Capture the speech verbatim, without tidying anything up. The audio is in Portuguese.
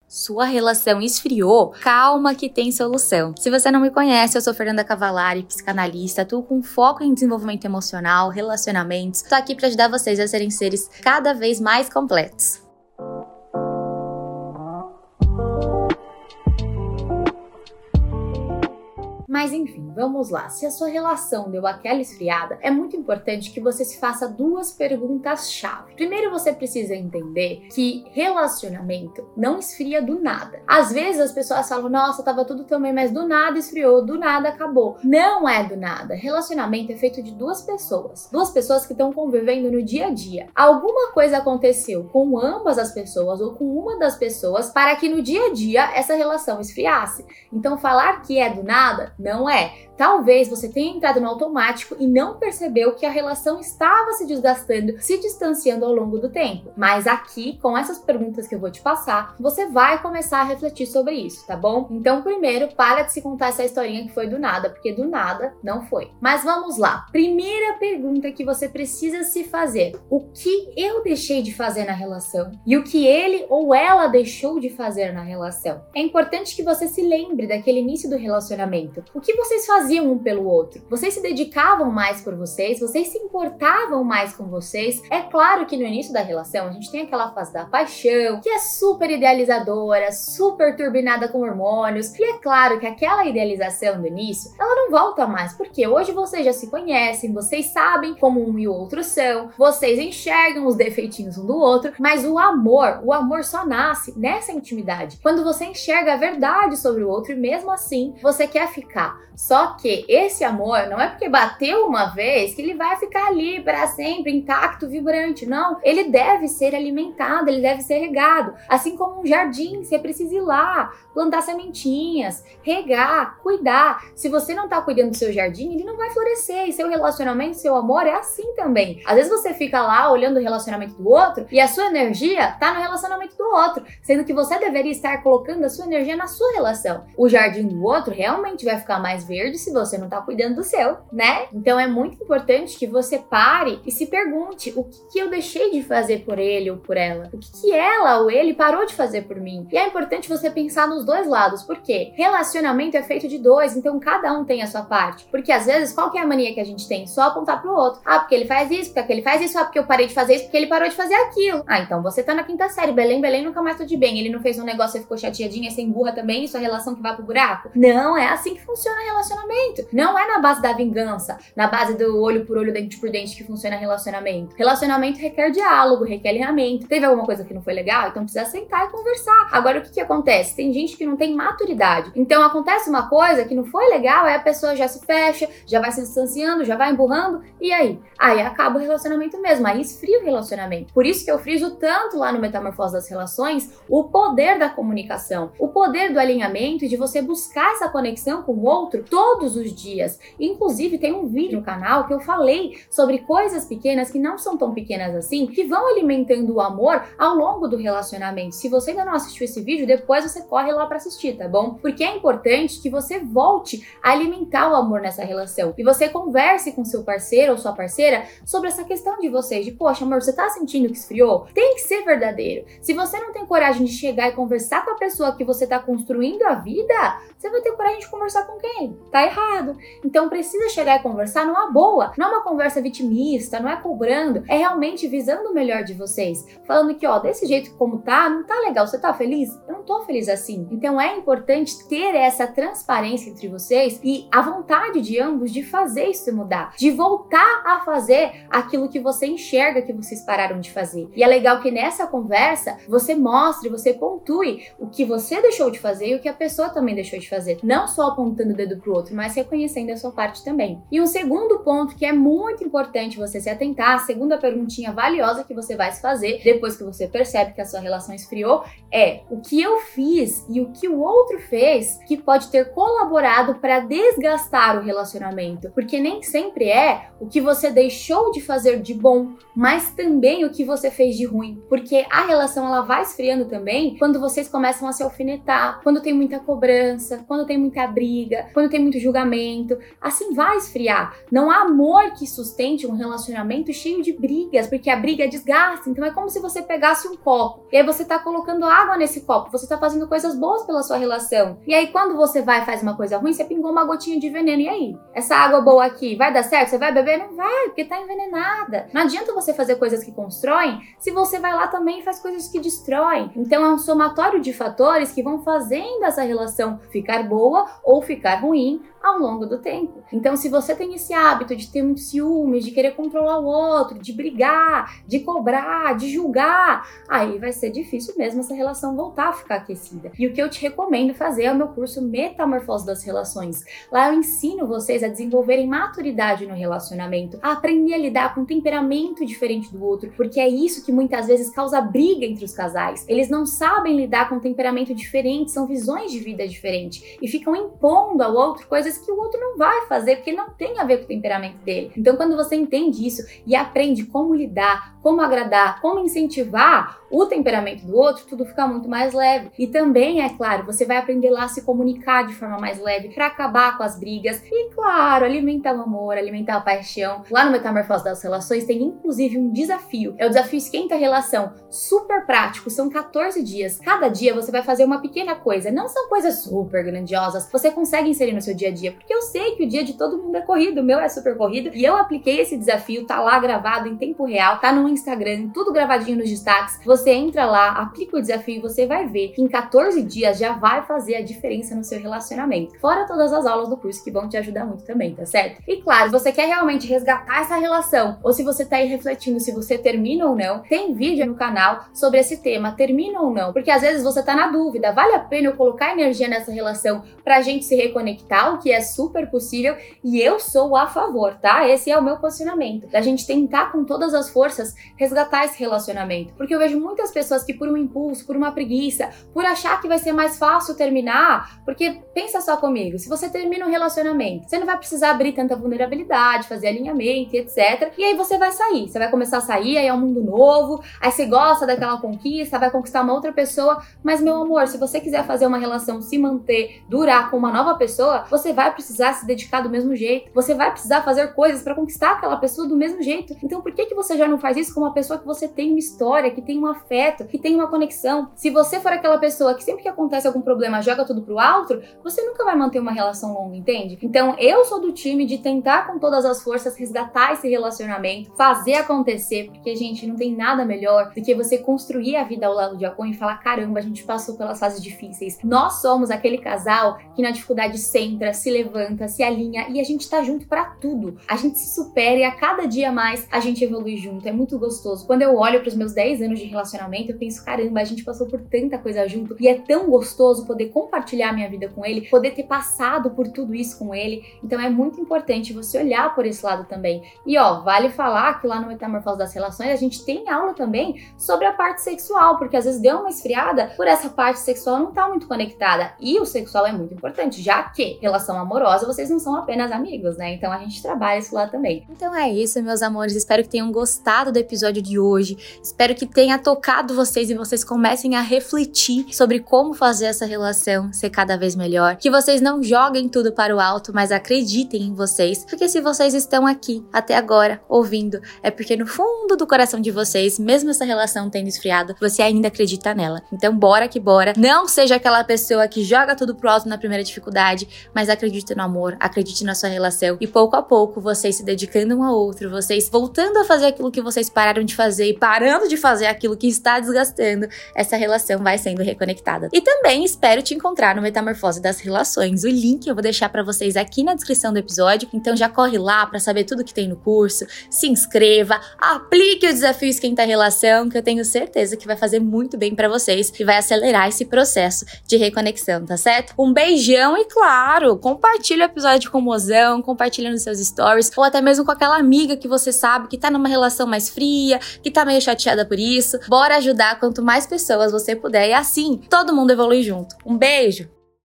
Sua relação esfriou? Calma que tem solução. Se você não me conhece, eu sou Fernanda Cavalari, psicanalista, atuo com foco em desenvolvimento emocional, relacionamentos. Tô aqui para ajudar vocês a serem seres cada vez mais completos. Mas enfim, vamos lá. Se a sua relação deu aquela esfriada, é muito importante que você se faça duas perguntas-chave. Primeiro, você precisa entender que relacionamento não esfria do nada. Às vezes as pessoas falam, nossa, tava tudo tão bem, mas do nada esfriou, do nada acabou. Não é do nada. Relacionamento é feito de duas pessoas. Duas pessoas que estão convivendo no dia a dia. Alguma coisa aconteceu com ambas as pessoas ou com uma das pessoas para que no dia a dia essa relação esfriasse. Então falar que é do nada, não é. Talvez você tenha entrado no automático e não percebeu que a relação estava se desgastando, se distanciando ao longo do tempo. Mas aqui, com essas perguntas que eu vou te passar, você vai começar a refletir sobre isso, tá bom? Então, primeiro, para de se contar essa historinha que foi do nada, porque do nada não foi. Mas vamos lá. Primeira pergunta que você precisa se fazer: o que eu deixei de fazer na relação? E o que ele ou ela deixou de fazer na relação? É importante que você se lembre daquele início do relacionamento. O que vocês faziam um pelo outro? Vocês se dedicavam mais por vocês? Vocês se importavam mais com vocês? É claro que no início da relação a gente tem aquela fase da paixão, que é super idealizadora, super turbinada com hormônios, e é claro que aquela idealização do início, ela não volta mais, porque hoje vocês já se conhecem, vocês sabem como um e o outro são, vocês enxergam os defeitinhos um do outro, mas o amor, o amor só nasce nessa intimidade, quando você enxerga a verdade sobre o outro e mesmo assim você quer ficar. Só que esse amor não é porque bateu uma vez que ele vai ficar ali para sempre, intacto, vibrante. Não, ele deve ser alimentado, ele deve ser regado. Assim como um jardim, você precisa ir lá, plantar sementinhas, regar, cuidar. Se você não tá cuidando do seu jardim, ele não vai florescer. E seu relacionamento, seu amor é assim também. Às vezes você fica lá olhando o relacionamento do outro e a sua energia tá no relacionamento do outro, sendo que você deveria estar colocando a sua energia na sua relação. O jardim do outro realmente vai ficar mais verde se você não tá cuidando do seu, né? Então é muito importante que você pare e se pergunte: o que, que eu deixei de fazer por ele ou por ela? O que, que ela ou ele parou de fazer por mim? E é importante você pensar nos dois lados, porque relacionamento é feito de dois, então cada um tem a sua parte. Porque às vezes, qual que é a mania que a gente tem? Só apontar pro outro. Ah, porque ele faz isso, porque aquele faz isso, ah, porque eu parei de fazer isso, porque ele parou de fazer aquilo. Ah, então você tá na quinta série, Belém, Belém nunca mais tudo de bem. Ele não fez um negócio, você ficou chateadinha, você emburra também, isso é relação que vai pro buraco? Não, é assim que funciona a relação. Relacionamento. Não é na base da vingança, na base do olho por olho, dente por dente que funciona relacionamento. Relacionamento requer diálogo, requer alinhamento. Teve alguma coisa que não foi legal? Então precisa sentar e conversar. Agora, o que que acontece? Tem gente que não tem maturidade. Então acontece uma coisa que não foi legal, aí a pessoa já se fecha, já vai se distanciando, já vai emburrando, e aí? Aí acaba o relacionamento mesmo, aí esfria o relacionamento. Por isso que eu friso tanto lá no Metamorfose das Relações o poder da comunicação, o poder do alinhamento e de você buscar essa conexão com o outro todos os dias. Inclusive tem um vídeo no canal que eu falei sobre coisas pequenas que não são tão pequenas assim, que vão alimentando o amor ao longo do relacionamento. Se você ainda não assistiu esse vídeo, depois você corre lá pra assistir, tá bom? Porque é importante que você volte a alimentar o amor nessa relação e você converse com seu parceiro ou sua parceira sobre essa questão de vocês, de poxa, amor, você tá sentindo que esfriou? Tem que ser verdadeiro. Se você não tem coragem de chegar e conversar com a pessoa que você tá construindo a vida, você vai ter coragem de conversar com quem? Tá errado. Então precisa chegar e conversar numa boa, não é uma conversa vitimista, não é cobrando, é realmente visando o melhor de vocês, falando que ó, desse jeito como tá, não tá legal, você tá feliz? Eu não tô feliz assim. Então é importante ter essa transparência entre vocês e a vontade de ambos de fazer isso mudar, de voltar a fazer aquilo que você enxerga que vocês pararam de fazer. E é legal que nessa conversa você mostre, você pontue o que você deixou de fazer e o que a pessoa também deixou de fazer, não só apontando o dedo pro outro, mas reconhecendo a sua parte também. E um segundo ponto que é muito importante você se atentar, a segunda perguntinha valiosa que você vai se fazer depois que você percebe que a sua relação esfriou, é o que eu fiz e o que o outro fez que pode ter colaborado para desgastar o relacionamento, porque nem sempre é o que você deixou de fazer de bom, mas também o que você fez de ruim, porque a relação ela vai esfriando também quando vocês começam a se alfinetar, quando tem muita cobrança, quando tem muita briga, quando tem muito julgamento, assim vai esfriar. Não há amor que sustente um relacionamento cheio de brigas, porque a briga desgasta. Então é como se você pegasse um copo, e aí você tá colocando água nesse copo, você tá fazendo coisas boas pela sua relação. E aí quando você vai e faz uma coisa ruim, você pingou uma gotinha de veneno, e aí? Essa água boa aqui, vai dar certo? Você vai beber? Não vai, porque tá envenenada. Não adianta você fazer coisas que constroem, se você vai lá também e faz coisas que destroem. Então é um somatório de fatores que vão fazendo essa relação ficar boa ou ficar ruim ao longo do tempo. Então, se você tem esse hábito de ter muitos ciúmes, de querer controlar o outro, de brigar, de cobrar, de julgar, aí vai ser difícil mesmo essa relação voltar a ficar aquecida. E o que eu te recomendo fazer é o meu curso Metamorfose das Relações. Lá eu ensino vocês a desenvolverem maturidade no relacionamento, a aprender a lidar com um temperamento diferente do outro, porque é isso que muitas vezes causa briga entre os casais. Eles não sabem lidar com um temperamento diferente, são visões de vida diferentes e ficam impondo ao outro coisas que o outro não vai fazer, porque não tem a ver com o temperamento dele. Então, quando você entende isso e aprende como lidar, como agradar, como incentivar o temperamento do outro, tudo fica muito mais leve. E também, é claro, você vai aprender lá a se comunicar de forma mais leve para acabar com as brigas e, claro, alimentar o amor, alimentar a paixão. Lá no Metamorfose das Relações tem inclusive um desafio. É o desafio Esquenta a Relação, super prático, são quatorze dias. Cada dia você vai fazer uma pequena coisa, não são coisas super grandiosas, você consegue inserir no seu dia a dia, porque eu sei que o dia de todo mundo é corrido, o meu é super corrido, e eu apliquei esse desafio, tá lá gravado em tempo real, tá no Instagram, tudo gravadinho nos destaques. Você entra lá, aplica o desafio e você vai ver que em quatorze dias já vai fazer a diferença no seu relacionamento. Fora todas as aulas do curso que vão te ajudar muito também, tá certo? E claro, se você quer realmente resgatar essa relação, ou se você tá aí refletindo se você termina ou não, tem vídeo no canal sobre esse tema, termina ou não, porque às vezes você tá na dúvida, vale a pena eu colocar energia nessa relação pra gente se reconectar, o que é super possível, e eu sou a favor, tá? Esse é o meu posicionamento, da gente tentar com todas as forças resgatar esse relacionamento, porque eu vejo muitas pessoas que por um impulso, por uma preguiça, por achar que vai ser mais fácil terminar, porque pensa só comigo, se você termina um relacionamento, você não vai precisar abrir tanta vulnerabilidade, fazer alinhamento e etcétera. E aí você vai sair, você vai começar a sair, aí é um mundo novo, aí você gosta daquela conquista, vai conquistar uma outra pessoa, mas meu amor, se você quiser fazer uma relação se manter, durar com uma nova pessoa, você vai precisar se dedicar do mesmo jeito, você vai precisar fazer coisas para conquistar aquela pessoa do mesmo jeito. Então por que que você já não faz isso com uma pessoa que você tem uma história, que tem um afeto, que tem uma conexão? Se você for aquela pessoa que sempre que acontece algum problema joga tudo pro alto, você nunca vai manter uma relação longa, entende? Então eu sou do time de tentar com todas as forças resgatar esse relacionamento, fazer acontecer, porque gente, não tem nada melhor do que você construir a vida ao lado de alguém e falar, caramba, a gente passou pelas fases difíceis, nós somos aquele casal que na dificuldade senta, se levanta, se alinha e a gente tá junto pra tudo, a gente se supera e a cada dia mais a gente evolui junto, é muito gostoso. Quando eu olho pros meus dez anos de relacionamento, eu penso, caramba, a gente passou por tanta coisa junto e é tão gostoso poder compartilhar a minha vida com ele, poder ter passado por tudo isso com ele. Então é muito importante você olhar por esse lado também. E ó, vale falar que lá no Metamorfose das Relações a gente tem aula também sobre a parte sexual, porque às vezes deu uma esfriada por essa parte sexual não tá muito conectada. E o sexual é muito importante, já que relação amorosa vocês não são apenas amigos, né? Então a gente trabalha isso lá também. Então é isso, meus amores. Espero que tenham gostado do episódio de hoje. Espero que tenha tocado vocês e vocês comecem a refletir sobre como fazer essa relação ser cada vez melhor. Que vocês não joguem tudo para o alto, mas acreditem em vocês. Porque se vocês estão aqui até agora ouvindo, é porque no fundo do coração de vocês, mesmo essa relação tendo esfriado, você ainda acredita nela. Então bora que bora. Não seja aquela pessoa que joga tudo pro alto na primeira dificuldade, mas acredite no amor, acredite na sua relação. E pouco a pouco, vocês se dedicando um ao outro, vocês voltando a fazer aquilo que vocês pararam de fazer e parando de fazer aquilo que está desgastando, essa relação vai sendo reconectada. E também espero te encontrar no Metamorfose das Relações. O link eu vou deixar para vocês aqui na descrição do episódio, então já corre lá para saber tudo que tem no curso, se inscreva, aplique o desafio Esquenta a Relação, que eu tenho certeza que vai fazer muito bem para vocês e vai acelerar esse processo de reconexão, tá certo? Um beijão e claro, compartilha o episódio com o mozão, compartilha nos seus stories, ou até mesmo com aquela amiga que você sabe que tá numa relação mais fria, que tá meio chateada por isso. Bora ajudar quanto mais pessoas você puder e assim todo mundo evolui junto. Um beijo!